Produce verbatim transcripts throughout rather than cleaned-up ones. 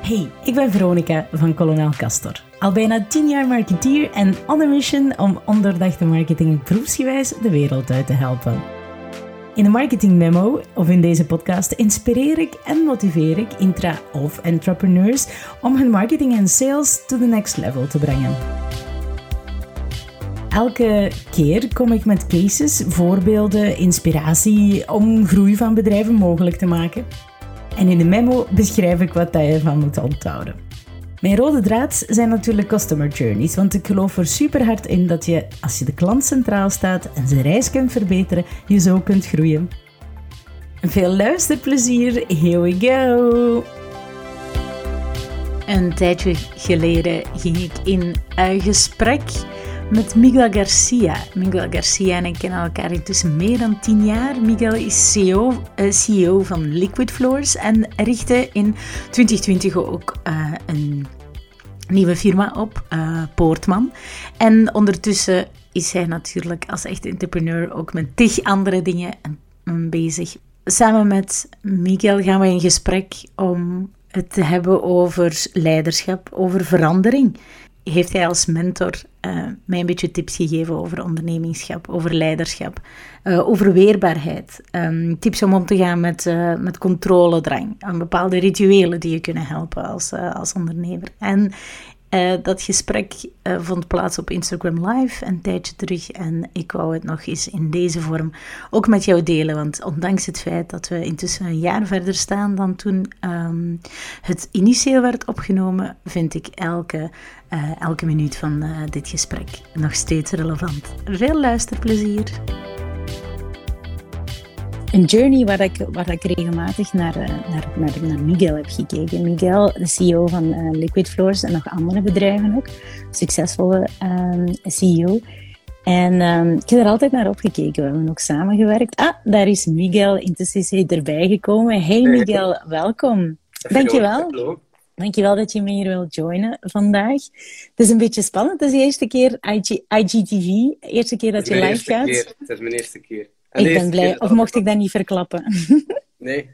Hey, ik ben Veronica van Kolonel Castor. Al bijna tien jaar marketeer en on a mission om ondoordachte marketing proefsgewijs de wereld uit te helpen. In de Marketing Memo, of in deze podcast, inspireer ik en motiveer ik intra- of entrepreneurs om hun marketing en sales to the next level te brengen. Elke keer kom ik met cases, voorbeelden, inspiratie om groei van bedrijven mogelijk te maken. En in de memo beschrijf ik wat je ervan moet onthouden. Mijn rode draad zijn natuurlijk customer journeys, want ik geloof er super hard in dat je, als je de klant centraal staat en zijn reis kunt verbeteren, je zo kunt groeien. Veel luisterplezier, here we go! Een tijdje geleden ging ik in een gesprek met Miguel Garcia. Miguel Garcia en ik kennen elkaar intussen meer dan tien jaar. Miguel is C E O, uh, C E O van Liquid Floors en richtte in twintig twintig ook uh, een nieuwe firma op, uh, Poortman. En ondertussen is hij natuurlijk als echte entrepreneur ook met tig andere dingen bezig. Samen met Miguel gaan we in gesprek om het te hebben over leiderschap, over verandering. Heeft hij als mentor uh, mij een beetje tips gegeven over ondernemingschap, over leiderschap, uh, over weerbaarheid. Um, tips om om te gaan met, uh, met controledrang, aan bepaalde rituelen die je kunnen helpen als, uh, als ondernemer. En uh, dat gesprek uh, vond plaats op Instagram Live een tijdje terug en ik wou het nog eens in deze vorm ook met jou delen, want ondanks het feit dat we intussen een jaar verder staan dan toen um, het initieel werd opgenomen, vind ik elke Uh, elke minuut van uh, dit gesprek nog steeds relevant. Veel luisterplezier! Een journey waar ik, waar ik regelmatig naar, uh, naar, naar, naar Miguel heb gekeken. Miguel, de C E O van uh, Liquid Floors en nog andere bedrijven ook. Succesvolle um, C E O. En um, ik heb er altijd naar opgekeken. We hebben ook samengewerkt. Ah, daar is Miguel. Intussen is hij erbij gekomen. Hey Miguel, welkom. Dankjewel. Hallo. Dankjewel dat je me hier wilt joinen vandaag. Het is een beetje spannend. Het is de eerste keer I G, I G T V. De eerste keer dat je live gaat. Keer. Het is mijn eerste keer. En ik ben blij. Of mocht ik dat niet verklappen? Nee.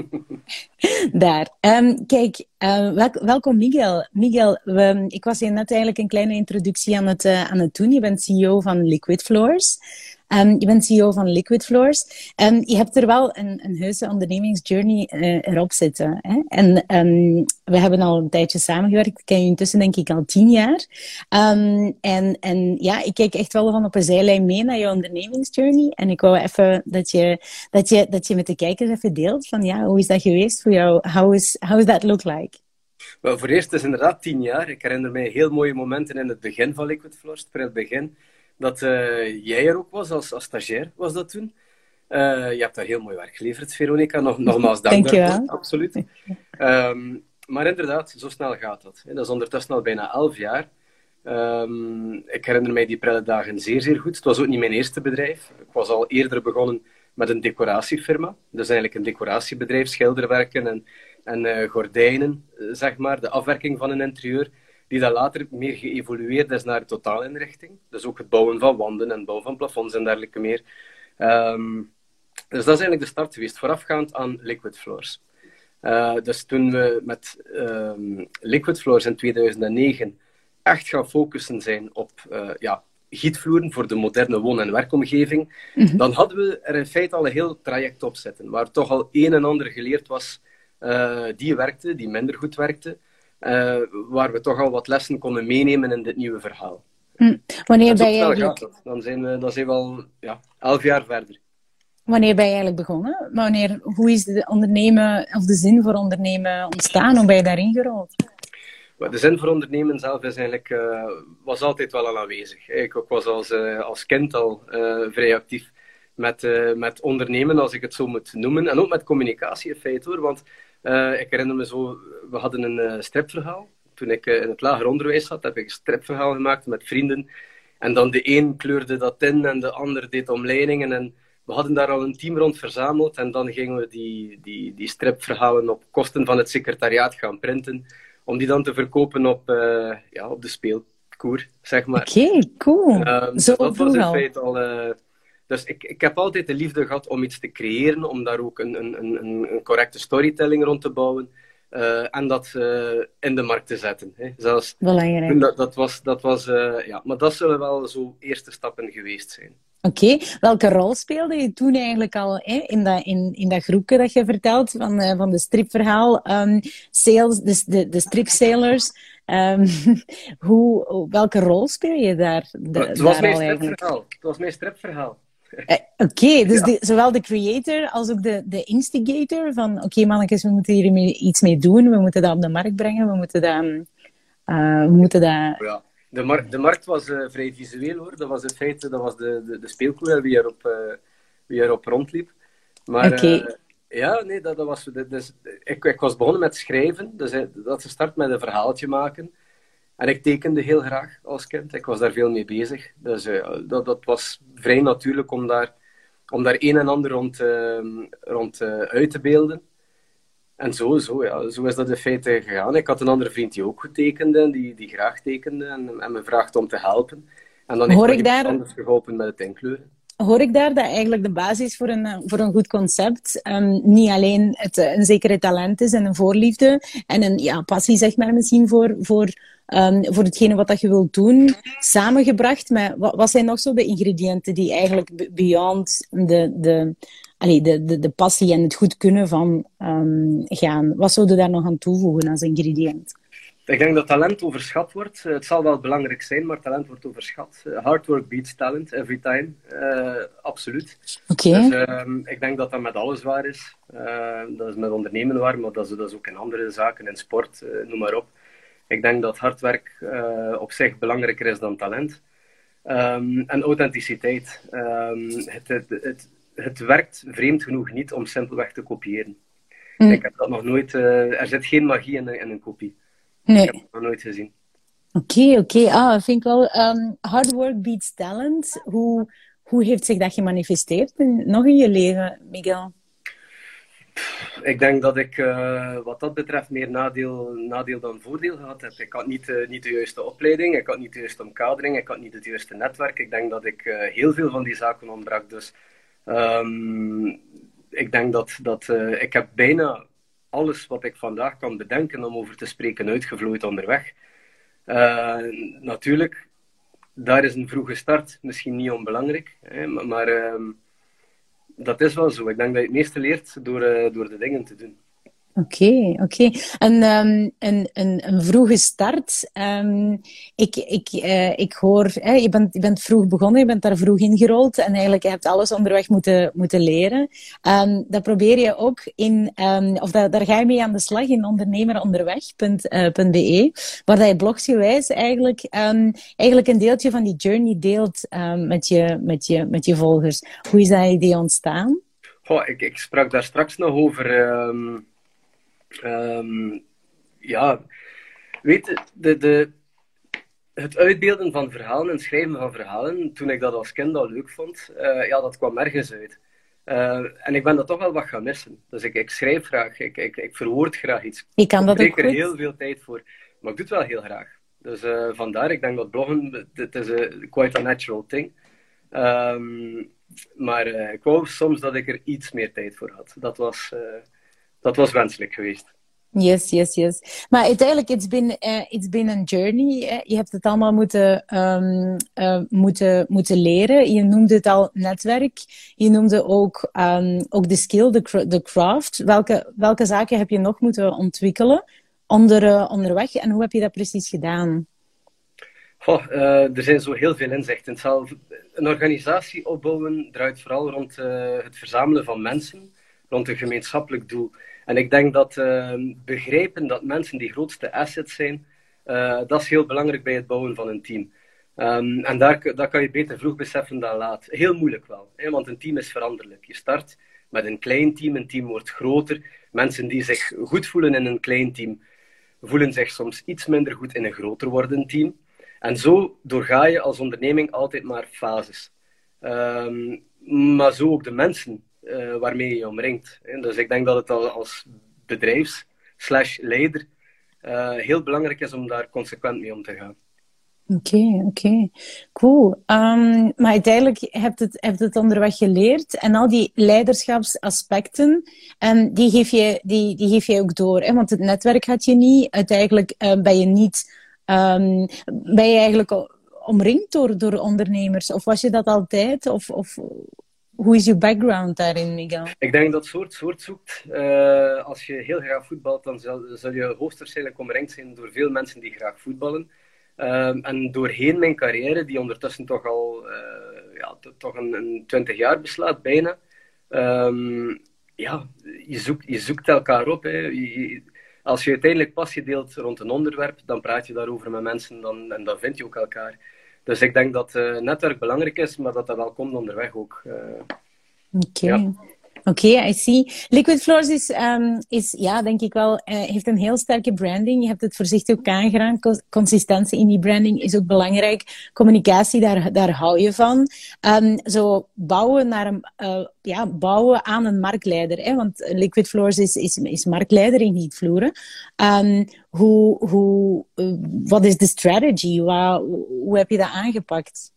Daar. Um, kijk, uh, welk, welkom Miguel. Miguel, we, ik was hier net eigenlijk een kleine introductie aan het, uh, aan het doen. Je bent C E O van Liquid Floors. Um, je bent C E O van Liquid Floors. Um, je hebt er wel een, een heuse ondernemingsjourney uh, erop zitten. Hè? En um, we hebben al een tijdje samengewerkt. Ik ken je intussen denk ik al tien jaar. Um, en, en ja, ik kijk echt wel van op een zijlijn mee naar je ondernemingsjourney. En ik wou even dat je, dat je, dat je met de kijkers even deelt van ja, hoe is dat geweest voor jou? How is, how is that look like? Well, voor eerst is het inderdaad tien jaar. Ik herinner mij heel mooie momenten in het begin van Liquid Floors. Per het begin. Dat uh, jij er ook was, als, als stagiair was dat toen. Uh, je hebt daar heel mooi werk geleverd, Veronica. Nog, nogmaals dank Dank je daarvoor, wel. absoluut. Um, maar inderdaad, zo snel gaat dat. Dat is ondertussen al bijna elf jaar. Um, ik herinner mij die prille dagen zeer, zeer goed. Het was ook niet mijn eerste bedrijf. Ik was al eerder begonnen met een decoratiefirma. Dus eigenlijk een decoratiebedrijf, schilderwerken en, en uh, gordijnen, zeg maar. De afwerking van een interieur. Die dan later meer geëvolueerd is naar de totaalinrichting. Dus ook het bouwen van wanden en bouwen van plafonds en dergelijke meer. Um, dus dat is eigenlijk de start geweest, voorafgaand aan Liquid Floors. Uh, dus toen we met um, Liquid Floors in tweeduizend negen echt gaan focussen zijn op uh, ja, gietvloeren voor de moderne woon- en werkomgeving, mm-hmm. dan hadden we er in feite al een heel traject op zitten, waar toch al een en ander geleerd was uh, die werkte, die minder goed werkte. Uh, waar we toch al wat lessen konden meenemen in dit nieuwe verhaal. Hm. Wanneer ben je eigenlijk... gaat dan, zijn we, dan zijn we al ja, elf jaar verder. Wanneer ben je eigenlijk begonnen? Wanneer, hoe is de, ondernemen, of de zin voor ondernemen ontstaan? Hoe ben je daarin gerold? De zin voor ondernemen zelf is eigenlijk, uh, was altijd wel al aanwezig. Ik was als, uh, als kind al uh, vrij actief met, uh, met ondernemen, als ik het zo moet noemen. En ook met communicatie in feite hoor, want Uh, ik herinner me zo, we hadden een uh, stripverhaal. Toen ik uh, in het lager onderwijs zat, heb ik een stripverhaal gemaakt met vrienden. En dan de een kleurde dat in en de ander deed omleidingen. En we hadden daar al een team rond verzameld. En dan gingen we die, die, die stripverhalen op kosten van het secretariaat gaan printen. Om die dan te verkopen op, uh, ja, op de speelkoer, zeg maar. Oké, okay, cool. Um, zo dus dat was in al. feite al... Uh, Dus ik, ik heb altijd de liefde gehad om iets te creëren, om daar ook een, een, een, een correcte storytelling rond te bouwen. uh, en dat uh, in de markt te zetten. Hè. Zelfs, Belangrijk. dat, dat was, dat was uh, ja, maar dat zullen wel zo eerste stappen geweest zijn. Oké, okay. Welke rol speelde je toen eigenlijk al hè? In, dat, in, in dat groepje dat je vertelt van, uh, van de stripverhaal, um, sales, de, de, de stripsailors. Um, hoe, welke rol speel je daar? De, het, was daar mijn stripverhaal. het was mijn stripverhaal. Uh, Oké, okay, dus ja. de, zowel de creator als ook de, de instigator van oké okay, mannetjes, we moeten hier mee, iets mee doen, we moeten dat op de markt brengen, we moeten dat... Uh, we moeten dat... Ja. De, mar de markt was uh, vrij visueel hoor, dat was het feit, dat was de, de, de speelkoel wie erop, uh, wie erop rondliep. Maar okay. uh, ja, nee, dat, dat was... Dus, ik, ik was begonnen met schrijven, dus dat ze start met een verhaaltje maken. En ik tekende heel graag als kind. Ik was daar veel mee bezig. Dus uh, dat, dat was vrij natuurlijk om daar, om daar een en ander rond, uh, rond uh, uit te beelden. En zo, zo, ja, zo is dat in feite gegaan. Ik had een andere vriend die ook goed tekende, die, die graag tekende en, en me vraagde om te helpen. En dan Hoor heeft ik daar... anders geholpen met het inkleuren. Hoor ik daar dat eigenlijk de basis voor een, voor een goed concept um, niet alleen het, een zekere talent is en een voorliefde en een ja, passie, zeg maar, misschien voor, voor, um, voor hetgene wat dat je wilt doen, samengebracht met wat, wat zijn nog zo de ingrediënten die eigenlijk beyond de, de, allee, de, de, de passie en het goed kunnen van um, gaan? Wat zou je daar nog aan toevoegen als ingrediënt? Ik denk dat talent overschat wordt. Het zal wel belangrijk zijn, maar talent wordt overschat. Hard work beats talent, every time. Uh, absoluut. Okay. Dus uh, ik denk dat dat met alles waar is. Uh, dat is met ondernemen waar, maar dat is, dat is ook in andere zaken, in sport, uh, noem maar op. Ik denk dat hard werk uh, op zich belangrijker is dan talent. Um, en authenticiteit. Um, het, het, het, het werkt vreemd genoeg niet om simpelweg te kopiëren. Mm. Ik heb dat nog nooit... Uh, er zit geen magie in, in een kopie. Nee. Ik heb het nog nooit gezien. Oké, okay, oké. Okay. Ah, vind ik wel... Um, hard work beats talent. Hoe, hoe heeft zich dat gemanifesteerd in, nog in je leven, Miguel? Ik denk dat ik uh, wat dat betreft meer nadeel, nadeel dan voordeel gehad heb. Ik had niet, uh, niet de juiste opleiding, ik had niet de juiste omkadering, ik had niet het juiste netwerk. Ik denk dat ik uh, heel veel van die zaken ontbrak. Dus um, ik denk dat, dat uh, ik heb bijna alles wat ik vandaag kan bedenken om over te spreken uitgevloeid onderweg. Uh, natuurlijk, daar is een vroege start misschien niet onbelangrijk, hè, maar... maar uh, dat is wel zo. Ik denk dat je het meeste leert door, uh, door de dingen te doen. Oké, okay, oké. Okay. En um, een, een, een vroege start. Um, ik, ik, uh, ik hoor, hè, je, bent, je bent vroeg begonnen, je bent daar vroeg ingerold en eigenlijk je hebt alles onderweg moeten, moeten leren. Um, dat probeer je ook in, um, of dat, daar ga je mee aan de slag in ondernemeronderweg punt be, waar dat je blogsgewijs eigenlijk, um, eigenlijk een deeltje van die journey deelt um, met, je, met, je, met je volgers. Hoe is dat idee ontstaan? Goh, ik, ik sprak daar straks nog over... Um... Um, ja, weet je, de, de, het uitbeelden van verhalen en schrijven van verhalen, toen ik dat als kind al leuk vond, uh, ja, dat kwam ergens uit. Uh, en ik ben dat toch wel wat gaan missen. Dus ik, ik schrijf graag, ik, ik, ik verwoord graag iets. Ik kan dat ik ook er goed. heel veel tijd voor, maar ik doe het wel heel graag. Dus uh, vandaar, ik denk dat bloggen, het is a, quite a natural thing. Um, maar uh, ik wou soms dat ik er iets meer tijd voor had. Dat was... Uh, Dat was wenselijk geweest. Yes, yes, yes. Maar uiteindelijk, it's been, uh, it's been a journey. Hè? Je hebt het allemaal moeten, um, uh, moeten, moeten leren. Je noemde het al netwerk. Je noemde ook, um, ook de skill, de, de craft. Welke, welke zaken heb je nog moeten ontwikkelen onder, uh, onderweg? En hoe heb je dat precies gedaan? Goh, uh, er zijn zo heel veel inzichten. Zelf, een organisatie opbouwen draait vooral rond uh, het verzamelen van mensen, rond een gemeenschappelijk doel. En ik denk dat uh, begrijpen dat mensen die grootste assets zijn, uh, dat is heel belangrijk bij het bouwen van een team. Um, en daar, dat kan je beter vroeg beseffen dan laat. Heel moeilijk wel, hè, want een team is veranderlijk. Je start met een klein team, een team wordt groter. Mensen die zich goed voelen in een klein team, voelen zich soms iets minder goed in een groter wordend team. En zo doorga je als onderneming altijd maar fases. Um, maar zo ook de mensen uh, waarmee je je omringt. Dus ik denk dat het al als bedrijfs slash leider uh, heel belangrijk is om daar consequent mee om te gaan. Oké, okay, oké. Okay. Cool. Um, maar uiteindelijk heb je het, heb je het onderweg geleerd. En al die leiderschapsaspecten, um, die, geef je, die, die geef je ook door. Hè? Want het netwerk had je niet. Uiteindelijk uh, ben je niet... Um, ben je eigenlijk omringd door, door ondernemers? Of was je dat altijd? Of, of hoe is je background daarin, Miguel? Ik denk dat soort soort zoekt. Uh, als je heel graag voetbalt, dan zal, zal je hoogstwaarschijnlijk omringd zijn door veel mensen die graag voetballen. Um, en doorheen mijn carrière, die ondertussen toch al uh, ja, toch een, een twintig jaar beslaat, bijna. Um, ja, je zoekt, je zoekt elkaar op. Hè. Je, als je uiteindelijk passie deelt rond een onderwerp, dan praat je daarover met mensen dan, en dan vind je ook elkaar. Dus ik denk dat uh, netwerk belangrijk is, maar dat dat wel komt onderweg ook. Uh, Oké. Okay. Ja. Oké, okay, I see. Liquid Floors is, um, is, ja, denk ik wel, uh, heeft een heel sterke branding. Je hebt het voorzichtig ook aangeraakt. Consistentie in die branding is ook belangrijk. Communicatie, daar, daar hou je van. Um, zo bouwen, naar een, uh, ja, bouwen aan een marktleider. Hè? Want Liquid Floors is, is, is marktleider in heatvloeren. Um, hoe, hoe, uh, wat is de strategy? Hoe, hoe heb je dat aangepakt?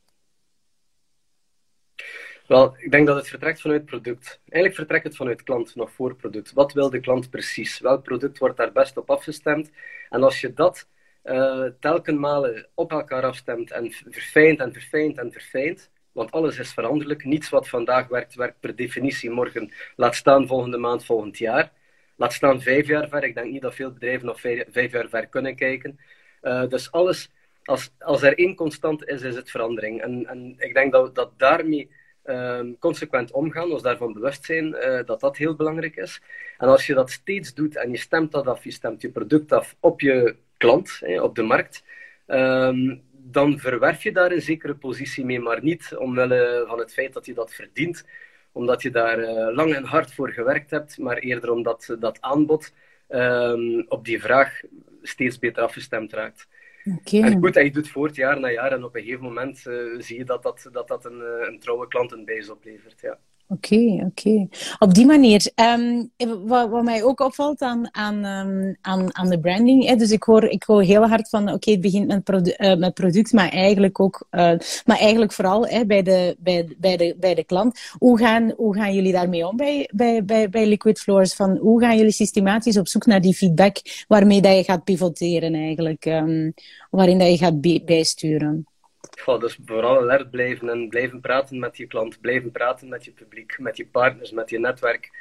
Wel, ik denk dat het vertrekt vanuit product. Eigenlijk vertrekt het vanuit klant, nog voor product. Wat wil de klant precies? Welk product wordt daar best op afgestemd? En als je dat uh, telkenmale op elkaar afstemt en verfijnt en verfijnt en verfijnt, want alles is veranderlijk. Niets wat vandaag werkt, werkt per definitie morgen. Laat staan volgende maand, volgend jaar. Laat staan vijf jaar ver. Ik denk niet dat veel bedrijven nog vijf, vijf jaar ver kunnen kijken. Uh, dus alles, als, als er één constant is, is het verandering. En, en ik denk dat, dat daarmee... Um, consequent omgaan, ons daarvan bewust zijn uh, dat dat heel belangrijk is. En als je dat steeds doet en je stemt dat af, je stemt je product af op je klant, hè, op de markt, um, dan verwerf je daar een zekere positie mee, maar niet omwille van het feit dat je dat verdient, omdat je daar uh, lang en hard voor gewerkt hebt, maar eerder omdat dat aanbod um, op die vraag steeds beter afgestemd raakt. Okay. En goed, en je doet voort jaar na jaar en op een gegeven moment uh, zie je dat dat, dat, dat een, een trouwe klantenbase oplevert. Ja. Oké, okay, oké. Okay. Op die manier. Um, wat, wat mij ook opvalt aan, aan, um, aan, aan de branding, hè, dus ik hoor, ik hoor heel hard van, oké, okay, het begint met, produ- uh, met product, maar eigenlijk ook, uh, maar eigenlijk vooral hè, bij, de, bij, bij, de, bij de klant. Hoe gaan, hoe gaan jullie daarmee om bij, bij, bij, bij Liquid Floors? Van, hoe gaan jullie systematisch op zoek naar die feedback waarmee dat je gaat pivoteren eigenlijk, um, waarin dat je gaat bij, bijsturen? Goh, dus vooral alert blijven en blijven praten met je klant, blijven praten met je publiek, met je partners, met je netwerk.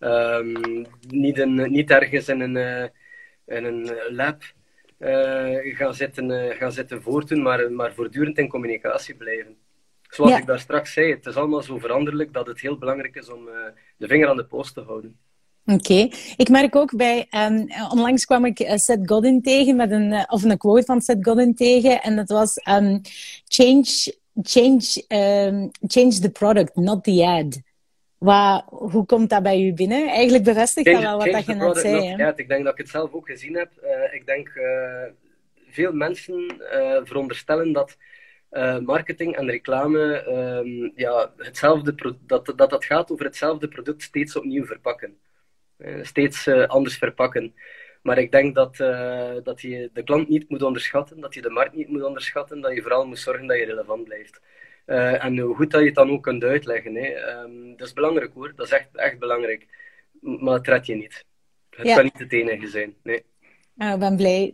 Um, niet, in, niet ergens in een, uh, in een lab uh, gaan, zitten, uh, gaan zitten voortdoen, maar, maar voortdurend in communicatie blijven. Zoals ja. ik daar straks zei, het is allemaal zo veranderlijk dat het heel belangrijk is om uh, de vinger aan de pols te houden. Oké. Okay. Ik merk ook bij... Um, onlangs kwam ik uh, Seth Godin tegen, met een, uh, of een quote van Seth Godin tegen. En dat was... Um, change, change, um, change the product, not the ad. Wat, hoe komt dat bij u binnen? Eigenlijk bevestigt change, dat wel wat dat je net zei. Ja, ik denk dat ik het zelf ook gezien heb. Uh, ik denk... Uh, veel mensen uh, veronderstellen dat... Uh, marketing en reclame... Um, ja, hetzelfde pro- dat, dat dat gaat over hetzelfde product steeds opnieuw verpakken. Uh, steeds uh, anders verpakken. Maar ik denk dat, uh, dat je de klant niet moet onderschatten, dat je de markt niet moet onderschatten, dat je vooral moet zorgen dat je relevant blijft. Uh, en hoe goed dat je het dan ook kunt uitleggen. Hè. Um, dat is belangrijk hoor, dat is echt, echt belangrijk. Maar het red je niet. Het ja. kan niet het enige zijn. Nee. Ah, ik ben blij.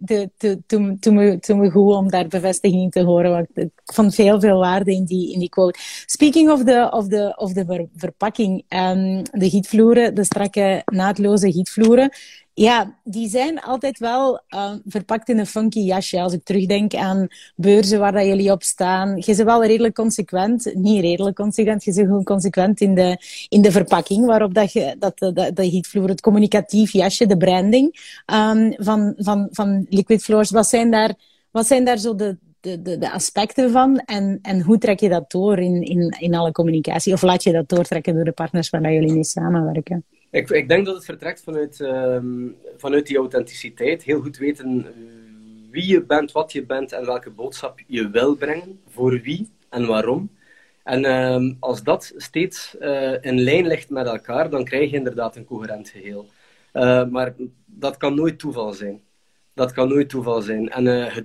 Toen me goed om daar bevestiging te horen. Want ik vond veel, veel waarde in die, in die quote. Speaking of de, of de, of de ver, verpakking. Um, de gietvloeren, de strakke naadloze gietvloeren. Ja, die zijn altijd wel uh, verpakt in een funky jasje. Als ik terugdenk aan beurzen waar dat jullie op staan. Je bent wel redelijk consequent. Niet redelijk consequent. Je bent gewoon consequent in de, in de verpakking. Waarop dat je, dat, dat, dat heatvloer, het communicatief jasje, de branding um, van, van, van Liquid Floors. Wat zijn daar, wat zijn daar zo de, de, de, de aspecten van? En, en hoe trek je dat door in, in, in alle communicatie? Of laat je dat doortrekken door de partners waar jullie mee samenwerken? Ik, ik denk dat het vertrekt vanuit, um, vanuit die authenticiteit. Heel goed weten wie je bent, wat je bent en welke boodschap je wil brengen. Voor wie en waarom. En um, als dat steeds uh, in lijn ligt met elkaar, dan krijg je inderdaad een coherent geheel. Uh, maar dat kan nooit toeval zijn. Dat kan nooit toeval zijn. En uh, het,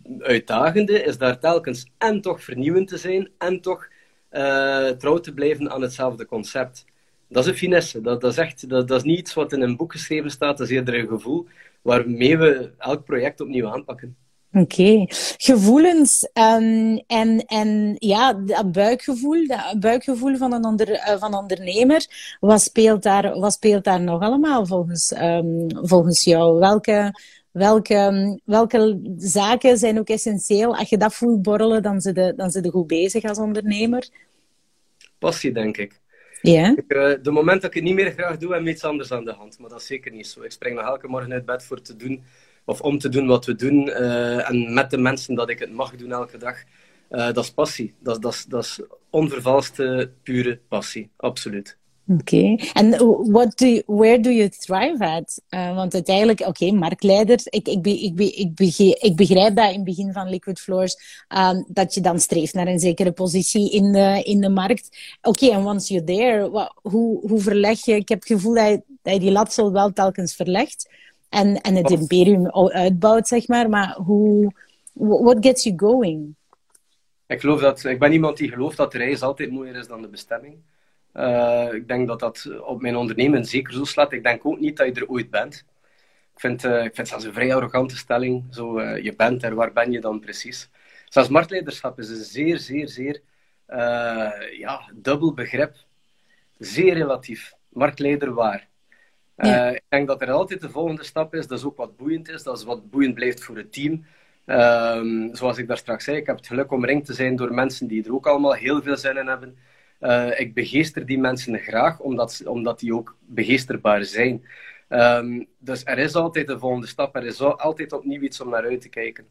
uitdagende is daar telkens en toch vernieuwend te zijn en toch uh, trouw te blijven aan hetzelfde concept. Dat is een finesse. Dat, dat, is echt, dat, dat is niet iets wat in een boek geschreven staat. Dat is eerder een gevoel waarmee we elk project opnieuw aanpakken. Oké. Okay. Gevoelens um, en, en ja, dat buikgevoel, dat buikgevoel van een, onder, uh, van ondernemer, wat speelt, daar, wat speelt daar nog allemaal volgens, um, volgens jou? Welke, welke, welke zaken zijn ook essentieel? Als je dat voelt borrelen, dan zit je, dan zit je goed bezig als ondernemer. Passie, denk ik. Ja? Yeah. De moment dat ik het niet meer graag doe, heb ik iets anders aan de hand. Maar dat is zeker niet zo. Ik spring nog elke morgen uit bed voor te doen, of om te doen wat we doen. Uh, en met de mensen dat ik het mag doen elke dag. Uh, dat is passie. Dat, dat, dat is onvervalste, pure passie. Absoluut. Oké. Okay. En what do you, where do you thrive at? Uh, want uiteindelijk, oké, okay, marktleider. Ik, ik, ik, ik, ik begrijp dat in het begin van Liquid Floors, um, dat je dan streeft naar een zekere positie in de, in de markt. Oké, okay, en once you're there, what, hoe, hoe verleg je? Ik heb het gevoel dat je, dat je die lat zo wel telkens verlegt en, en het imperium uitbouwt, zeg maar. Maar hoe, what gets you going? Ik geloof dat, ik ben iemand die gelooft dat de reis altijd mooier is dan de bestemming. Uh, ik denk dat dat op mijn ondernemen zeker zo slaat. Ik denk ook niet dat je er ooit bent. Ik vind, uh, ik vind het zelfs een vrij arrogante stelling. Zo, uh, je bent er, waar ben je dan precies? Zelfs marktleiderschap is een zeer, zeer, zeer uh, ja, dubbel begrip. Zeer relatief. Marktleider waar? Uh, ja. Ik denk dat er altijd de volgende stap is. Dat is ook wat boeiend is. Dat is wat boeiend blijft voor het team. Uh, zoals ik daar straks zei, ik heb het geluk omringd te zijn door mensen die er ook allemaal heel veel zin in hebben. Uh, ik begeester die mensen graag, omdat, omdat die ook begeesterbaar zijn. Um, dus er is altijd de volgende stap. Er is altijd opnieuw iets om naar uit te kijken.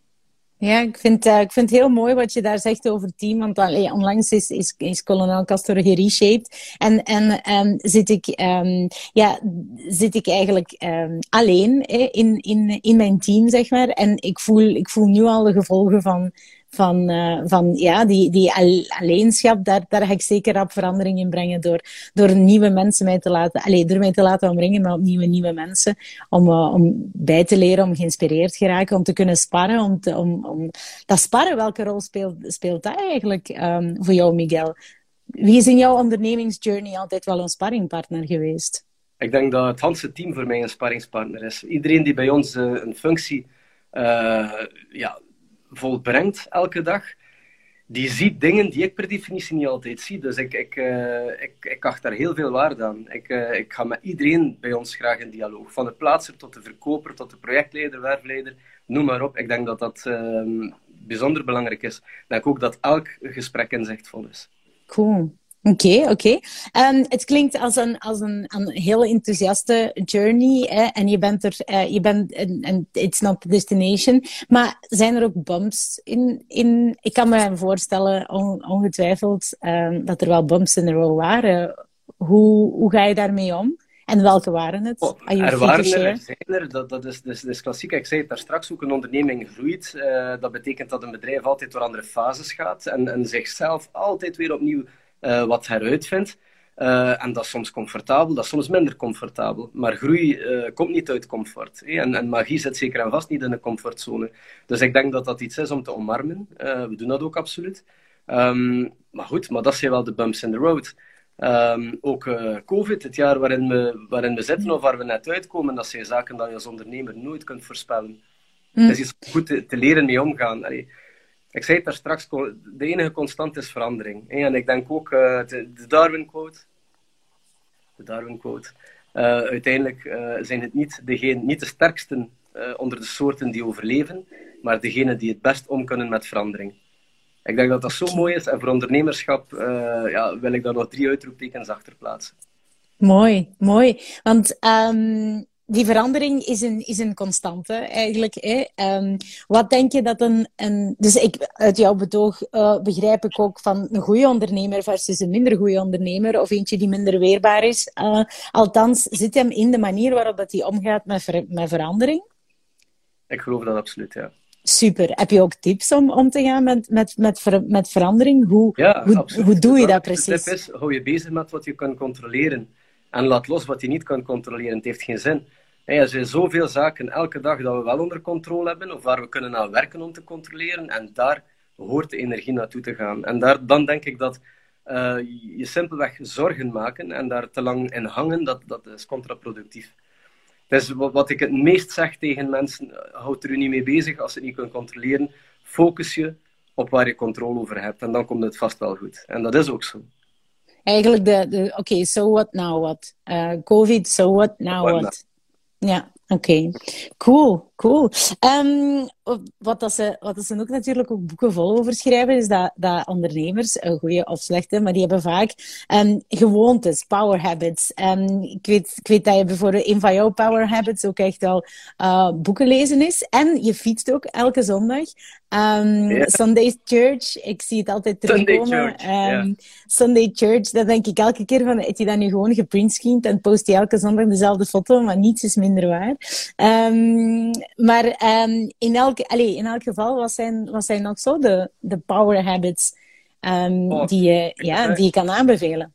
Ja, ik vind, uh, ik vind het heel mooi wat je daar zegt over het team. Want allee, onlangs is, is, is Kolonel Castor gereshaped. En, en um, zit, ik, um, ja, zit ik eigenlijk um, alleen eh, in, in, in mijn team, zeg maar. En ik voel, ik voel nu al de gevolgen van... Van, uh, van ja, die, die alleenschap, daar, daar ga ik zeker rap verandering in brengen door, door nieuwe mensen mij te laten, allez, door mij te laten omringen, maar opnieuw nieuwe mensen, om, uh, om bij te leren, om geïnspireerd te geraken, om te kunnen sparren, om, te, om, om dat sparren, welke rol speelt, speelt dat eigenlijk um, voor jou, Miguel? Wie is in jouw ondernemingsjourney altijd wel een sparringpartner geweest? Ik denk dat het hele team voor mij een sparringspartner is. Iedereen die bij ons uh, een functie uh, ja, volbrengt elke dag, die ziet dingen die ik per definitie niet altijd zie. Dus ik, ik, uh, ik, ik acht daar heel veel waarde aan. Ik, uh, ik ga met iedereen bij ons graag in dialoog. Van de plaatser tot de verkoper, tot de projectleider, werfleider, noem maar op. Ik denk dat dat uh, bijzonder belangrijk is. Ik denk ook dat elk gesprek inzichtvol is. Cool. Oké, okay, oké. Okay. Um, het klinkt als een, als een, een hele enthousiaste journey. Hè? En je bent er, uh, je bent, en it's not the destination. Maar zijn er ook bumps in? in ik kan me voorstellen, on, ongetwijfeld, um, dat er wel bumps in de road waren. Hoe, hoe ga je daarmee om? En welke waren het? Oh, er waren er, er zijn er. Dat, dat, is, dat, is, dat is klassiek. Ik zei het daar straks ook, een onderneming groeit. Uh, dat betekent dat een bedrijf altijd door andere fases gaat. En, en zichzelf altijd weer opnieuw Uh, wat heruitvindt. Uh, en dat is soms comfortabel, dat is soms minder comfortabel. Maar groei uh, komt niet uit comfort. Hè? En, en magie zit zeker en vast niet in de comfortzone. Dus ik denk dat dat iets is om te omarmen. Uh, we doen dat ook absoluut. Um, maar goed, maar dat zijn wel de bumps in the road. Um, ook uh, COVID, het jaar waarin we, waarin we zitten of waar we net uitkomen, dat zijn zaken dat je als ondernemer nooit kunt voorspellen. Mm. Het is iets goed te, te leren mee omgaan. Allee, ik zei het daar straks, de enige constant is verandering. En ik denk ook, uh, de Darwin-quote, de Darwin-quote, uh, uiteindelijk uh, zijn het niet, degene, niet de sterksten uh, onder de soorten die overleven, maar degenen die het best om kunnen met verandering. Ik denk dat dat zo mooi is, en voor ondernemerschap uh, ja, wil ik daar nog drie uitroeptekens achter plaatsen. Mooi, mooi. Want um, die verandering is een, is een constante eigenlijk. Hè? Um, wat denk je dat een... een dus ik, uit jouw betoog uh, begrijp ik ook van een goede ondernemer versus een minder goede ondernemer, of eentje die minder weerbaar is. Uh, althans, zit hem in de manier waarop dat hij omgaat met, ver, met verandering? Ik geloof dat absoluut, ja. Super. Heb je ook tips om om te gaan met, met, met, ver, met verandering? Hoe, ja, hoe, hoe doe je dat precies? De tip is, hou je bezig met wat je kan controleren. En laat los wat je niet kan controleren. Het heeft geen zin. En er zijn zoveel zaken elke dag dat we wel onder controle hebben, of waar we kunnen aan werken om te controleren. En daar hoort de energie naartoe te gaan. En daar, dan denk ik dat uh, je simpelweg zorgen maken en daar te lang in hangen, dat, dat is contraproductief. Dus wat ik het meest zeg tegen mensen, houd er u niet mee bezig als je het niet kunt controleren. Focus je op waar je controle over hebt. En dan komt het vast wel goed. En dat is ook zo. Eigenlijk de, de oké, okay, so what, now what? Uh, COVID, so what, now what? what? Ja, oké. Okay. Cool, cool. Um, wat, dat ze, wat dat ze ook natuurlijk ook boeken vol over schrijven, is dat, dat ondernemers, goede of slechte, maar die hebben vaak um, gewoontes, power habits. Um, ik, weet, ik weet dat je bijvoorbeeld een van jouw power habits ook echt wel uh, boeken lezen is. En je fietst ook elke zondag. Um, yeah. Sunday Church, ik zie het altijd terugkomen. Sunday Church, um, yeah. Sunday Church, dat denk ik elke keer van, heeft hij dat nu gewoon geprintscreend en post hij elke zondag dezelfde foto, maar niets is minder waar. Um, maar um, in, elk, allez, in elk geval, wat zijn, wat zijn nog zo de, de power habits um, oh, die, je, ja, die je kan aanbevelen?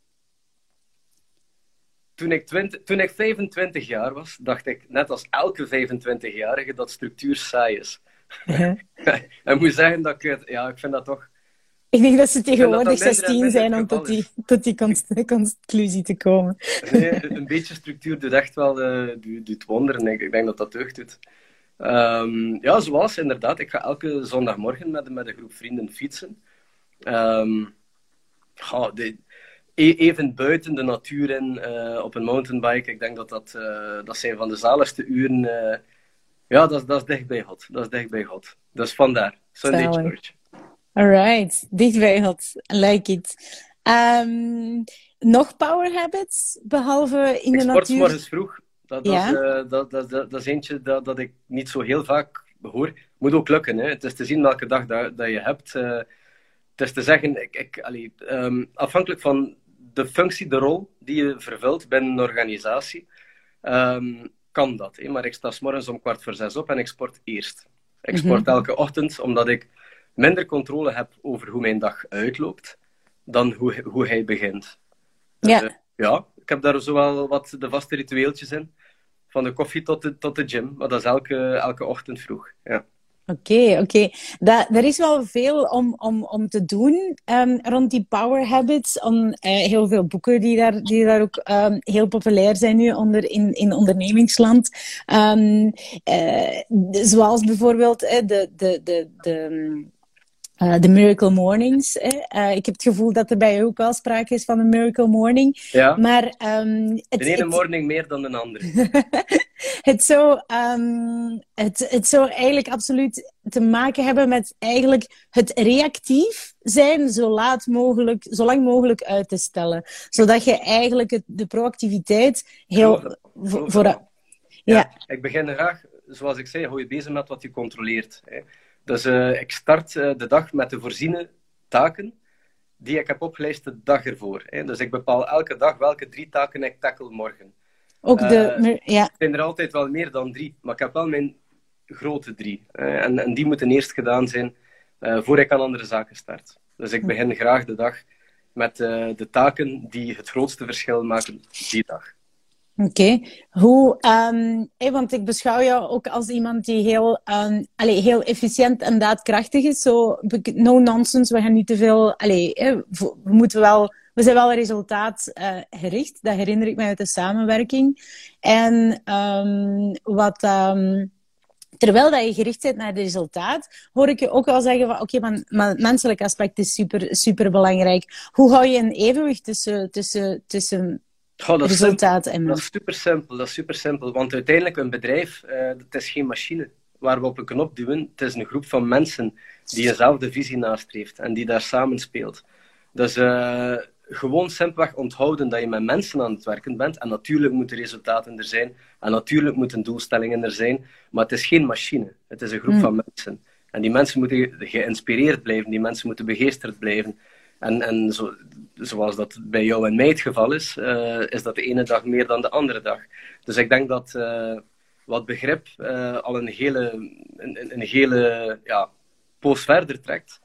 Toen ik, twintig, toen ik vijfentwintig jaar was, dacht ik, net als elke vijfentwintigjarige, dat structuur saai is. Uh-huh. En moet zeggen dat ik het, ja, ik vind dat toch... Ik denk dat ze tegenwoordig zestien zijn om tot die, tot die const- conclusie te komen. Nee, een beetje structuur doet echt wel uh, doet, doet wonderen. Ik, ik denk dat dat deugd doet. Um, ja, zoals inderdaad. Ik ga elke zondagmorgen met, met een groep vrienden fietsen. Um, oh, de, even buiten de natuur in, uh, op een mountainbike. Ik denk dat dat, uh, dat zijn van de zaligste uren... Uh, ja, dat, dat is dicht bij God. Dat is dicht bij God. Dus vandaar. Sunday Church. Alright, dicht bij God. I like it. Um, nog power habits, behalve in ik de natuur? Ik sport morgens vroeg. Dat, dat, ja? is, uh, dat, dat, dat, dat is eentje dat, dat ik niet zo heel vaak hoor. Moet ook lukken. Hè? Het is te zien welke dag dat, dat je hebt. Uh, het is te zeggen, ik, ik, allee, um, afhankelijk van de functie, de rol die je vervult binnen een organisatie, um, kan dat. Hè? Maar ik sta 's morgens om kwart voor zes op en ik sport eerst. Ik sport mm-hmm. elke ochtend, omdat ik minder controle heb over hoe mijn dag uitloopt, dan hoe, hoe hij begint. Dus, ja. Uh, ja, ik heb daar zowel wat de vaste ritueeltjes in. Van de koffie tot de, tot de gym. Maar dat is elke, elke ochtend vroeg. Ja. Oké, okay, oké. Okay. Er is wel veel om, om, om te doen um, rond die power habits. Om, uh, heel veel boeken die daar, die daar ook um, heel populair zijn nu onder, in, in ondernemingsland. Um, uh, zoals bijvoorbeeld uh, de... de, de, de Uh, de Miracle Mornings. Uh, ik heb het gevoel dat er bij jou ook wel sprake is van een Miracle Morning. Ja. Maar, um, het, de ene het, morning meer dan de andere. het, zou, um, het, het zou eigenlijk absoluut te maken hebben met eigenlijk het reactief zijn zo laat mogelijk, zo lang mogelijk uit te stellen. Zodat je eigenlijk het, de proactiviteit heel... Geloof, voor, voor, ja. ja. Ik begin graag, zoals ik zei, hou je bezig met wat je controleert. Hè. Dus uh, ik start uh, de dag met de voorziene taken die ik heb opgelijst de dag ervoor. Hè. Dus ik bepaal elke dag welke drie taken ik tackle morgen. Ook de... Uh, ja. Er zijn er altijd wel meer dan drie, maar ik heb wel mijn grote drie. Uh, en, en die moeten eerst gedaan zijn uh, voor ik aan andere zaken start. Dus ik begin graag de dag met uh, de taken die het grootste verschil maken die dag. Oké. Okay. Hoe, um, hey, want ik beschouw jou ook als iemand die heel, um, allez, heel efficiënt en daadkrachtig is. Zo, no nonsense, we gaan niet te veel... Allez, eh, we, moeten wel, we zijn wel resultaatgericht. Uh, dat herinner ik mij uit de samenwerking. En um, wat... Um, terwijl dat je gericht bent naar het resultaat, hoor ik je ook wel zeggen van oké, okay, maar het menselijke aspect is super, super belangrijk. Hoe hou je een evenwicht tussen... tussen, tussen Oh, dat, is resultaat en... dat is super simpel, dat is super simpel. Want uiteindelijk een bedrijf, uh, het is geen machine waar we op een knop duwen. Het is een groep van mensen die dezelfde visie nastreeft en die daar samen speelt. Dus uh, gewoon simpelweg onthouden dat je met mensen aan het werken bent. En natuurlijk moeten resultaten er zijn. En natuurlijk moeten doelstellingen er zijn. Maar het is geen machine. Het is een groep mm. van mensen. En die mensen moeten geïnspireerd blijven. Die mensen moeten begeesterd blijven. En, en zo, zoals dat bij jou en mij het geval is, uh, is dat de ene dag meer dan de andere dag. Dus ik denk dat uh, wat begrip uh, al een hele, een, een hele ja, poos verder trekt.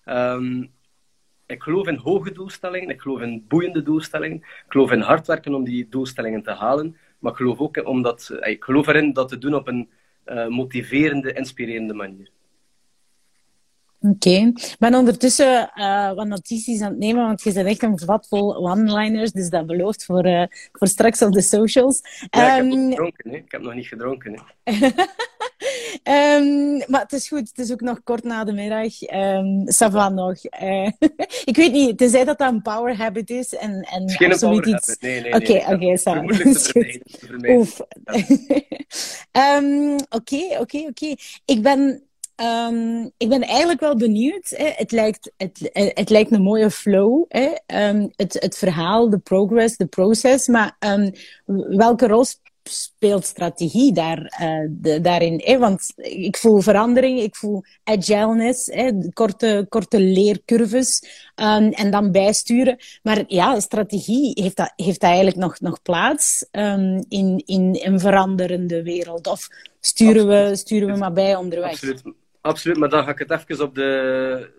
Um, ik geloof in hoge doelstellingen, ik geloof in boeiende doelstellingen, ik geloof in hard werken om die doelstellingen te halen, Maar ik geloof ook omdat, ik geloof erin dat te doen op een uh, motiverende, inspirerende manier. Oké. Okay. Ik ben ondertussen uh, wat notities aan het nemen, want je bent echt een vat vol one-liners, dus dat belooft voor, uh, voor straks op de socials. Ja, ik heb nog gedronken, hè. Ik heb nog niet gedronken. Hè. um, maar het is goed, het is ook nog kort na de middag. Um, ça va nog. Uh, ik weet niet, tenzij dat dat een power habit is. En, en het is geen absoluut power iets... habit, nee, nee. Oké, nee, oké, ça va. Oef. Oké, oké, oké. Ik ben... Um, ik ben eigenlijk wel benieuwd. Hè. Het, lijkt, het, het lijkt een mooie flow. Hè. Um, het, het verhaal, de progress, de proces. Maar um, welke rol speelt strategie daar, uh, de, daarin? Hè? Want ik voel verandering, ik voel agileness, hè? Korte, korte leercurves. Um, en dan bijsturen. Maar ja, strategie, heeft dat, heeft dat eigenlijk nog, nog plaats um, in, in een veranderende wereld? Of sturen, we, sturen we maar bij onderweg? Absoluut. Absoluut, maar dan ga ik het even op de...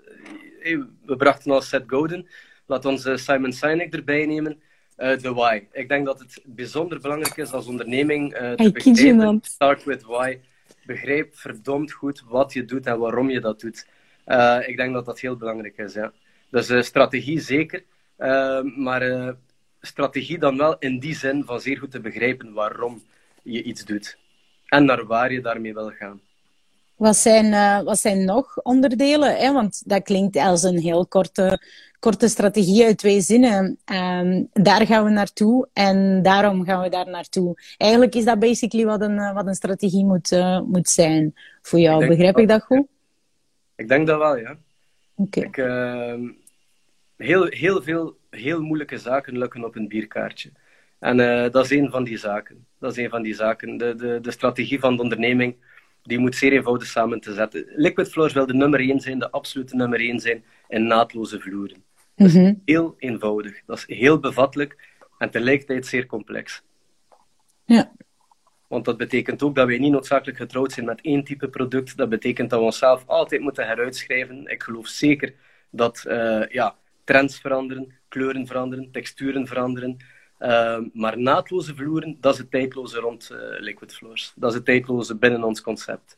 We brachten al Seth Godin. Laat ons Simon Sinek erbij nemen. Uh, de why. Ik denk dat het bijzonder belangrijk is als onderneming uh, te begrijpen. Start with why. Begrijp verdomd goed wat je doet en waarom je dat doet. Uh, ik denk dat dat heel belangrijk is. Ja. Dus uh, strategie zeker. Uh, maar uh, strategie dan wel in die zin van zeer goed te begrijpen waarom je iets doet. En naar waar je daarmee wil gaan. Wat zijn, uh, wat zijn nog onderdelen? Hè? Want dat klinkt als een heel korte, korte strategie uit twee zinnen. Um, daar gaan we naartoe en daarom gaan we daar naartoe. Eigenlijk is dat basically wat een, wat een strategie moet, uh, moet zijn voor jou. Ik Begrijp ik dat goed? Ik denk dat wel, ja. Okay. Ik, uh, heel, heel veel heel moeilijke zaken lukken op een bierkaartje. En uh, dat is een van die zaken. Dat is een van die zaken. De, de, de strategie van de onderneming die moet zeer eenvoudig samen te zetten. Liquid Floors wil de nummer één zijn, de absolute nummer één zijn in naadloze vloeren. Dat is mm-hmm. heel eenvoudig. Dat is heel bevattelijk en tegelijkertijd zeer complex. Ja. Want dat betekent ook dat wij niet noodzakelijk getrouwd zijn met één type product. Dat betekent dat we onszelf altijd moeten heruitschrijven. Ik geloof zeker dat uh, ja, trends veranderen, kleuren veranderen, texturen veranderen. Uh, maar naadloze vloeren, dat is het tijdloze rond uh, Liquid Floors. Dat is het tijdloze binnen ons concept.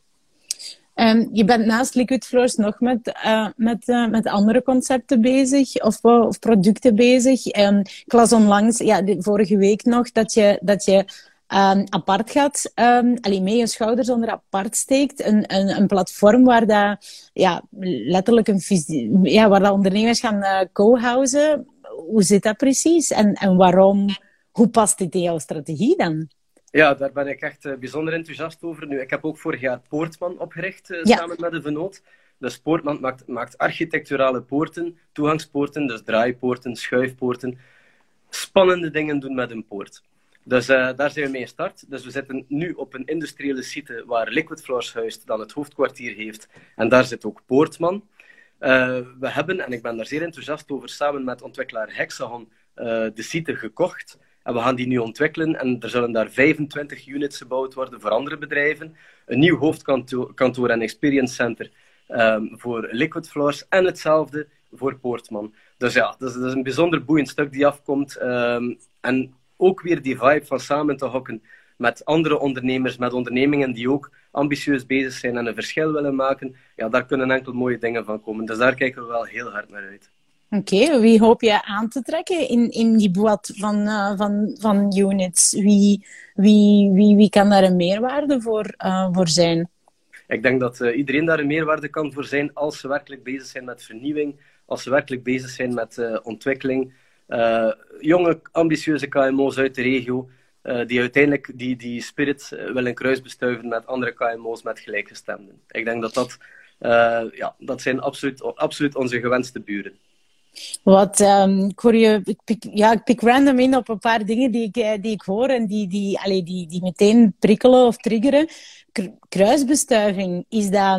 Um, je bent naast Liquid Floors nog met, uh, met, uh, met andere concepten bezig of, uh, of producten bezig. Um, ik las onlangs, ja, de, vorige week nog, dat je, dat je um, apart gaat, um, alleen mee je schouders onder apart steekt. Een, een, een platform waar, dat, ja, letterlijk een, ja, waar dat ondernemers gaan uh, co-housen. Hoe zit dat precies? En, en waarom? Hoe past dit in jouw strategie dan? Ja, daar ben ik echt uh, bijzonder enthousiast over. Nu, ik heb ook vorig jaar Poortman opgericht, uh, ja. samen met een vennoot. Dus Poortman maakt, maakt architecturale poorten, toegangspoorten, dus draaipoorten, schuifpoorten. Spannende dingen doen met een poort. Dus uh, daar zijn we mee gestart. Dus we zitten nu op een industriële site waar Liquid Floors huist, dan het hoofdkwartier heeft. En daar zit ook Poortman. Uh, we hebben, en ik ben daar zeer enthousiast over, samen met ontwikkelaar Hexagon uh, de site gekocht. En we gaan die nu ontwikkelen en er zullen daar vijfentwintig units gebouwd worden voor andere bedrijven. Een nieuw hoofdkantoor kantoor en experience center um, voor Liquid Floors en hetzelfde voor Poortman. Dus ja, dat is, dat is een bijzonder boeiend stuk die afkomt. Um, en ook weer die vibe van samen te hokken met andere ondernemers, met ondernemingen die ook ambitieus bezig zijn en een verschil willen maken. Ja, daar kunnen enkel mooie dingen van komen. Dus daar kijken we wel heel hard naar uit. Oké, okay, wie hoop je aan te trekken in, in die boat van, uh, van, van units? Wie, wie, wie, wie kan daar een meerwaarde voor, uh, voor zijn? Ik denk dat uh, iedereen daar een meerwaarde kan voor zijn als ze werkelijk bezig zijn met vernieuwing, als ze werkelijk bezig zijn met uh, ontwikkeling. Uh, jonge, ambitieuze K M O's uit de regio, uh, die uiteindelijk die, die spirit uh, willen kruisbestuiven met andere K M O's met gelijkgestemden. Ik denk dat dat, uh, ja, dat zijn absoluut, absoluut onze gewenste buren. Wat, um, ik hoor je, ik pik, ja, ik pik random in op een paar dingen die ik, die ik hoor en die, die, allee, die, die meteen prikkelen of triggeren. Kruisbestuiving, is dat,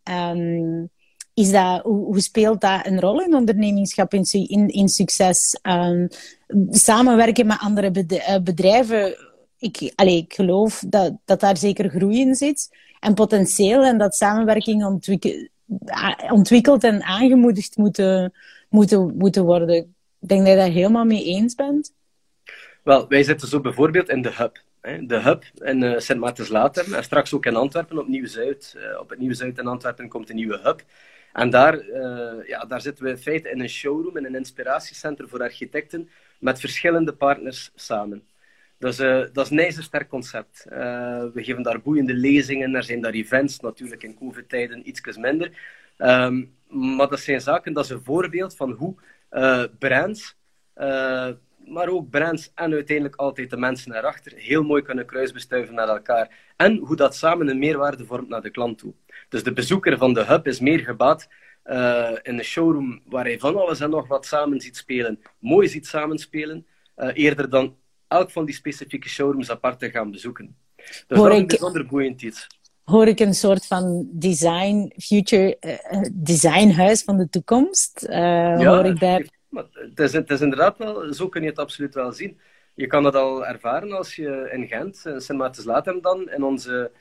um, is dat, hoe, hoe speelt dat een rol in ondernemingschap, in, in, in succes? Um, samenwerken met andere bedrijven, ik, allee, ik geloof dat, dat daar zeker groei in zit en potentieel en dat samenwerking ontwikkel, ontwikkeld en aangemoedigd moeten Moeten, moeten worden. Ik denk dat je daar helemaal mee eens bent. Wel, wij zitten zo bijvoorbeeld in de hub. hè, de hub in uh, Sint-Maartens-Latem en straks ook in Antwerpen op Nieuw-Zuid. Uh, op het Nieuw-Zuid in Antwerpen komt een nieuwe hub. En daar, uh, ja, daar zitten we in feite in een showroom, in een inspiratiecentrum voor architecten, met verschillende partners samen. Dus uh, dat is een ijzersterk concept. Uh, we geven daar boeiende lezingen, er zijn daar events, natuurlijk in covid-tijden iets minder. Um, maar dat zijn zaken, dat is een voorbeeld van hoe uh, brands, uh, maar ook brands en uiteindelijk altijd de mensen erachter, heel mooi kunnen kruisbestuiven met elkaar. En hoe dat samen een meerwaarde vormt naar de klant toe. Dus de bezoeker van de hub is meer gebaat uh, in een showroom waar hij van alles en nog wat samen ziet spelen, mooi ziet samenspelen, uh, eerder dan elk van die specifieke showrooms apart te gaan bezoeken. Dus Hoor dat is een ik... bijzonder boeiend iets. Hoor ik een soort van design, future uh, designhuis van de toekomst? Uh, ja, hoor ik daar... maar het, is, het is inderdaad wel, zo kun je het absoluut wel zien. Je kan het al ervaren als je in Gent, in Sint-Maartens-Latem dan, in, onze,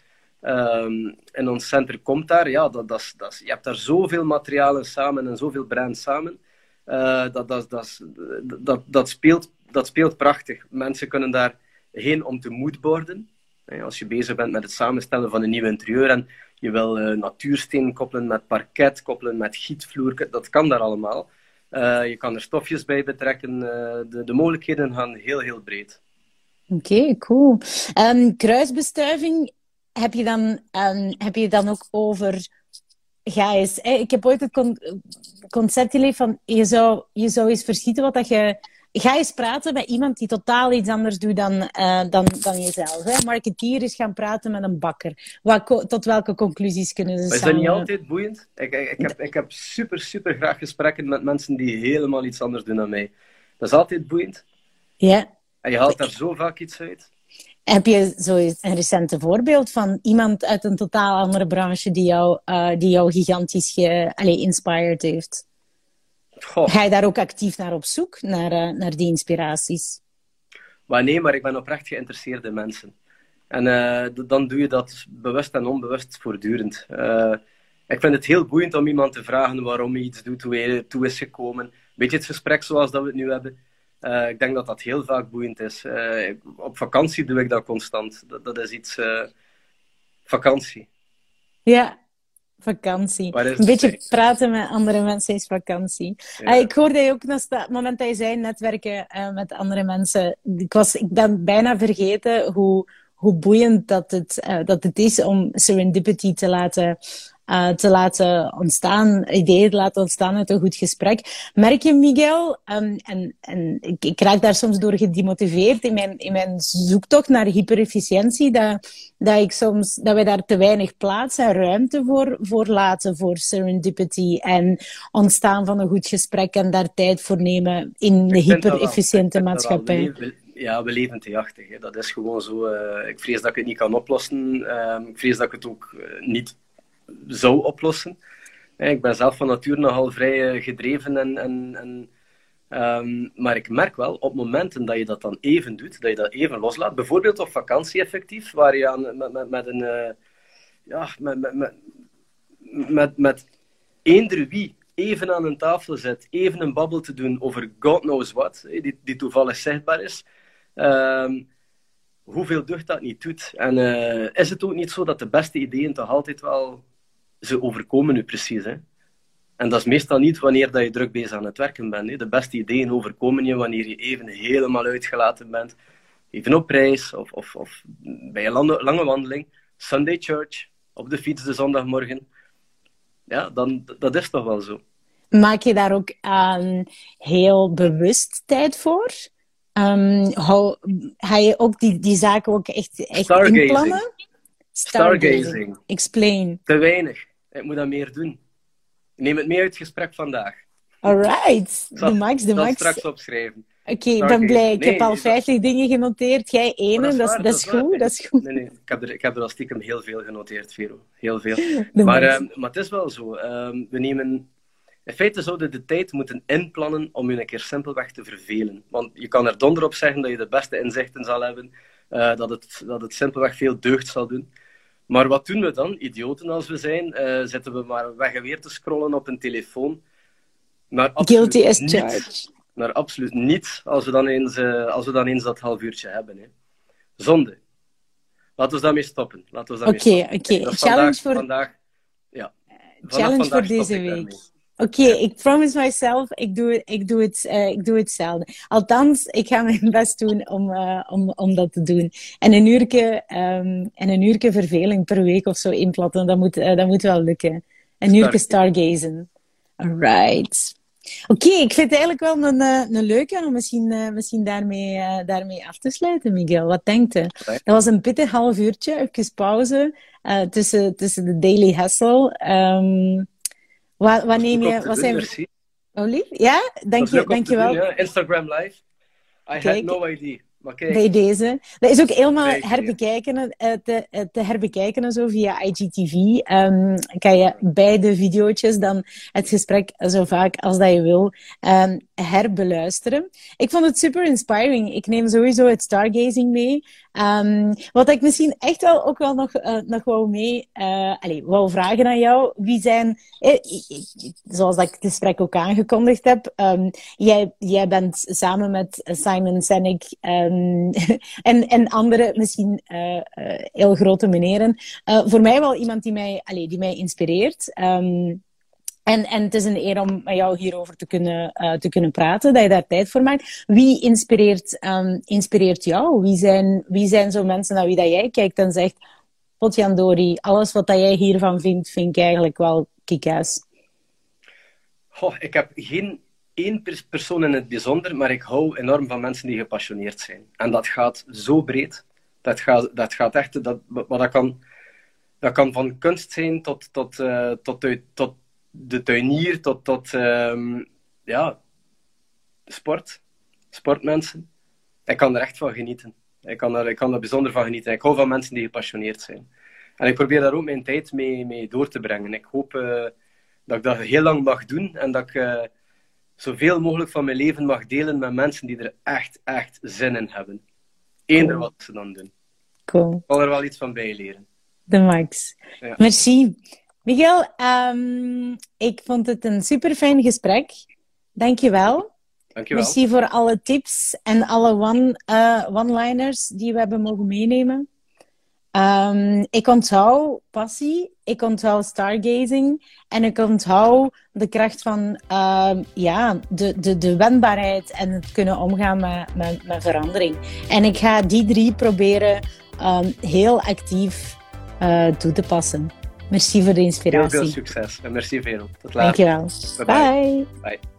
um, in ons centrum komt daar. Ja, dat, dat, dat, je hebt daar zoveel materialen samen en zoveel brands samen. Uh, dat, dat, dat, dat, dat, speelt, dat speelt prachtig. Mensen kunnen daarheen om te moodboarden. Als je bezig bent met het samenstellen van een nieuw interieur en je wil uh, natuursteen koppelen met parket, koppelen met gietvloer, dat kan daar allemaal. Uh, je kan er stofjes bij betrekken. Uh, de, de mogelijkheden gaan heel, heel breed. Oké, okay, cool. Um, kruisbestuiving, heb je, dan, um, heb je dan ook over... Ga eens... Eh, ik heb ooit het con- concept geleerd van... Je zou, je zou eens verschieten wat dat je... Ga eens praten met iemand die totaal iets anders doet dan, uh, dan, dan jezelf. Hè? Marketeer is gaan praten met een bakker. Wat, tot welke conclusies kunnen ze maar is samen... dat niet altijd boeiend? Ik, ik, ik, heb, ik heb super, super graag gesprekken met mensen die helemaal iets anders doen dan mij. Dat is altijd boeiend. Ja. En je haalt daar zo vaak iets uit. Heb je zo een recente voorbeeld van iemand uit een totaal andere branche die jou, uh, die jou gigantisch ge, allez, inspired heeft? Goh. Ga je daar ook actief naar op zoek, naar, uh, naar die inspiraties? Maar nee, maar ik ben oprecht geïnteresseerd in mensen. En uh, d- dan doe je dat bewust en onbewust voortdurend. Uh, ik vind het heel boeiend om iemand te vragen waarom hij iets doet, hoe hij ertoe is gekomen. Weet je, het gesprek zoals dat we het nu hebben. Uh, ik denk dat dat heel vaak boeiend is. Uh, op vakantie doe ik dat constant. Dat, dat is iets... Uh, vakantie. Ja. Vakantie. Een beetje praten met andere mensen is vakantie. Ja. Uh, ik hoorde je ook op het moment dat je zei netwerken uh, met andere mensen. Ik, was, ik ben bijna vergeten hoe, hoe boeiend dat het, uh, dat het is om serendipity te laten, uh, te laten ontstaan, ideeën te laten ontstaan uit een goed gesprek. Merk je, Miguel, um, en, en ik, ik raak daar soms door gedemotiveerd in mijn, in mijn zoektocht naar hyperefficiëntie, dat, dat, ik soms, dat wij daar te weinig plaats en ruimte voor, voor laten, voor serendipity en ontstaan van een goed gesprek en daar tijd voor nemen in de hyperefficiënte maatschappij. Ja, we leven te jachtig. Hè. Dat is gewoon zo. Uh, ik vrees dat ik het niet kan oplossen. Uh, ik vrees dat ik het ook uh, niet zou oplossen. Uh, ik ben zelf van nature nogal vrij uh, gedreven. En, en, en, um, maar ik merk wel, op momenten dat je dat dan even doet, dat je dat even loslaat, bijvoorbeeld op vakantie effectief, waar je aan, met, met, met een... Uh, ja, met, met, met, met, met eender wie even aan een tafel zit, even een babbel te doen over God knows what, die, die toevallig zichtbaar is, um, hoeveel deugd dat niet doet. En uh, is het ook niet zo dat de beste ideeën toch altijd wel ze overkomen nu precies, hè? En dat is meestal niet wanneer dat je druk bezig aan het werken bent. Hè? De beste ideeën overkomen je wanneer je even helemaal uitgelaten bent, even op reis of, of, of bij een lange, lange wandeling, Sunday church, op de fiets de zondagmorgen. Ja, dan, dat is toch wel zo. Maak je daar ook um, heel bewust tijd voor? Um, hou, ga je ook die, die zaken ook echt, echt Stargazing. inplannen? Stargazing. Stargazing. Explain. Te weinig. Ik moet dat meer doen. Neem het mee uit het gesprek vandaag. Alright. De max, de max. max. Straks opschrijven. Oké, okay, ik ben blij. Ik nee, heb al vijftig dat... dingen genoteerd. Jij één, dat, dat, dat is goed. Nee. Dat is goed. Nee, nee. Ik, heb er, ik heb er al stiekem heel veel genoteerd, Vero. Heel veel. Maar, uh, maar het is wel zo. Uh, we nemen... In feite zouden de tijd moeten inplannen om je een keer simpelweg te vervelen. Want je kan er donder op zeggen dat je de beste inzichten zal hebben, uh, dat, het, dat het simpelweg veel deugd zal doen. Maar wat doen we dan? Idioten als we zijn, uh, zitten we maar weg en weer te scrollen op een telefoon. Naar Guilty as niets, charged. Naar absoluut niets als we dan eens, uh, als we dan eens dat half uurtje hebben. Hè. Zonde. laten we daarmee stoppen. Oké, oké. Okay, okay. Challenge vandaag, voor... Vandaag, ja. Challenge voor deze week. Oké, okay, ik promise myself, ik doe, ik, doe het, uh, ik doe hetzelfde. Althans, ik ga mijn best doen om, uh, om, om dat te doen. En een uurtje, um, en een uurtje verveling per week of zo inplatten, dat moet, uh, dat moet wel lukken. Een uurtje stargazen. Alright. Oké, okay, ik vind het eigenlijk wel een, een leuke om misschien, uh, misschien daarmee, uh, daarmee af te sluiten, Miguel. Wat denkt u? Dat was een pittig half uurtje, even pauze uh, tussen, tussen de daily hustle. Um, wat, wat neem je... Wat zijn we... Oh, lief? Ja? Dank je, dank je wel. Doen, ja. Instagram live. I Kijk. had no idea. Bij deze. Dat is ook helemaal herbekijken, te, te herbekijken zo via I G T V. Um, kan je beide video's dan het gesprek zo vaak als dat je wil um, herbeluisteren. Ik vond het super inspiring. Ik neem sowieso het stargazing mee. Um, wat ik misschien echt wel ook wel nog, uh, nog wou mee uh, allez, wou vragen aan jou. Wie zijn, eh, zoals ik het gesprek ook aangekondigd heb, um, jij, jij bent samen met Simon Sinek um, en, en andere misschien uh, uh, heel grote meneren. Uh, voor mij wel iemand die mij, allez, die mij inspireert. Um, En, en het is een eer om met jou hierover te kunnen, uh, te kunnen praten, dat je daar tijd voor maakt. Wie inspireert, um, inspireert jou? Wie zijn, wie zijn zo mensen naar wie dat jij kijkt en zegt, potjandori, alles wat dat jij hiervan vindt, vind ik eigenlijk wel kick-ass? Oh, ik heb geen één persoon in het bijzonder, maar ik hou enorm van mensen die gepassioneerd zijn. En dat gaat zo breed. Dat gaat, dat gaat echt... Dat, maar dat, kan, dat kan van kunst zijn tot... tot, uh, tot, tot, tot de tuinier tot, tot um, ja, sport. Sportmensen. Ik kan er echt van genieten. Ik kan er, ik kan er bijzonder van genieten. Ik hou van mensen die gepassioneerd zijn. En ik probeer daar ook mijn tijd mee, mee door te brengen. Ik hoop uh, dat ik dat heel lang mag doen en dat ik uh, zoveel mogelijk van mijn leven mag delen met mensen die er echt, echt zin in hebben. Eender cool. Wat ze dan doen. Cool. Ik kan er wel iets van bijleren. De max. Ja. Merci. Miguel, um, ik vond het een super fijn gesprek. Dank je wel. Dank je wel. Merci voor alle tips en alle one, uh, one-liners die we hebben mogen meenemen. Um, ik onthoud passie, ik onthoud stargazing en ik onthoud de kracht van uh, ja, de, de, de wendbaarheid en het kunnen omgaan met, met, met verandering. En ik ga die drie proberen um, heel actief uh, toe te passen. Merci voor de inspiratie. Heel veel succes en merci Vero. Tot later. Dankjewel. Bye. Bye. Bye. Bye.